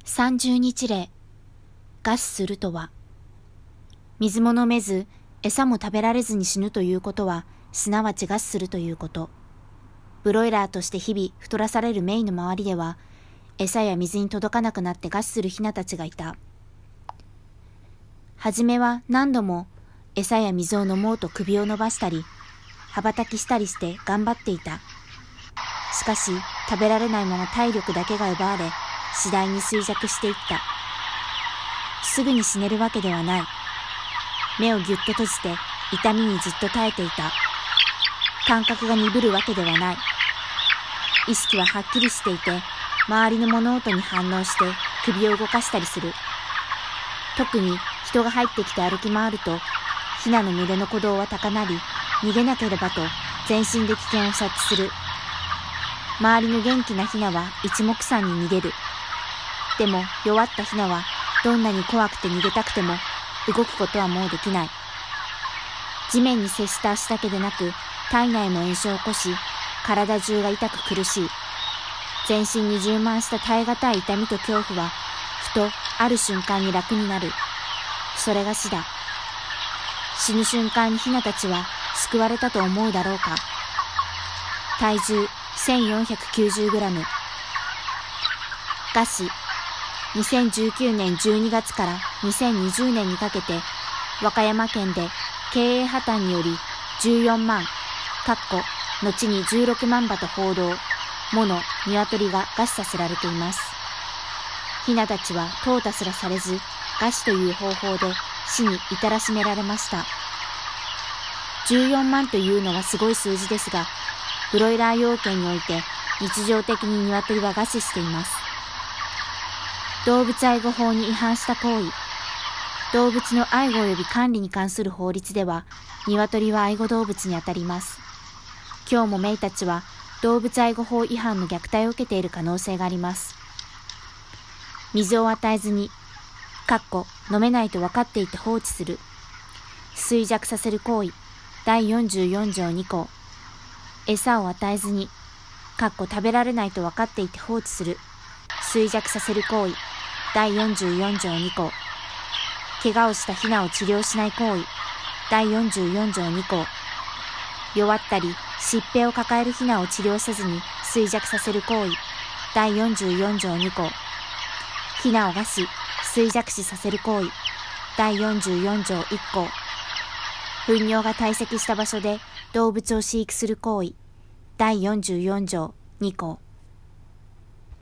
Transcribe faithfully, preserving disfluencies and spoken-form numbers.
さんじゅうにち例、餓死するとは、水も飲めず、餌も食べられずに死ぬということは、すなわち餓死するということ。ブロイラーとして日々太らされるメイの周りでは、餌や水に届かなくなって餓死するヒナたちがいた。はじめは何度も餌や水を飲もうと首を伸ばしたり、羽ばたきしたりして頑張っていた。しかし、食べられないまま体力だけが奪われ、次第に衰弱していった。すぐに死ねるわけではない。目をぎゅっと閉じて痛みにじっと耐えていた。感覚が鈍るわけではない。意識ははっきりしていて、周りの物音に反応して首を動かしたりする。特に人が入ってきて歩き回ると、ヒナの群れの鼓動は高鳴り、逃げなければと全身で危険を察知する。周りの元気なヒナは一目散に逃げる。でも弱ったヒナはどんなに怖くて逃げたくても動くことはもうできない。地面に接した足だけでなく体内も炎症を起こし、体中が痛く苦しい。全身に充満した耐え難い痛みと恐怖はふとある瞬間に楽になる。それが死だ。死ぬ瞬間にヒナたちは救われたと思うだろうか。体重 せんよんひゃくきゅうじゅうグラム。餓死。にせんじゅうきゅうねんじゅうにがつからにせんにじゅうねんにかけて和歌山県で経営破綻によりじゅうよんまん、かっこ後にじゅうろくまんばと報道もの鶏が餓死させられています。ヒナたちは淘汰すらされず、餓死という方法で死に至らしめられました。じゅうよんまんというのはすごい数字ですが、ブロイラー養鶏において日常的に鶏は餓死しています。動物愛護法に違反した行為。動物の愛護及び管理に関する法律では、鶏は愛護動物にあたります。今日もメイたちは動物愛護法違反の虐待を受けている可能性があります。水を与えずに、かっこ飲めないと分かっていて放置する。衰弱させる行為、だいよんじゅうよんじょうにこう。餌を与えずに、かっこ食べられないと分かっていて放置する。衰弱させる行為、だいよんじゅうよんじょうにこう。怪我をしたヒナを治療しない行為、だいよんじゅうよんじょうにこう。弱ったり疾病を抱えるヒナを治療せずに衰弱させる行為、だいよんじゅうよんじょうにこう。ヒナを餓死、衰弱死させる行為、だいよんじゅうよんじょういっこう。糞尿が堆積した場所で動物を飼育する行為、だいよんじゅうよんじょうにこう。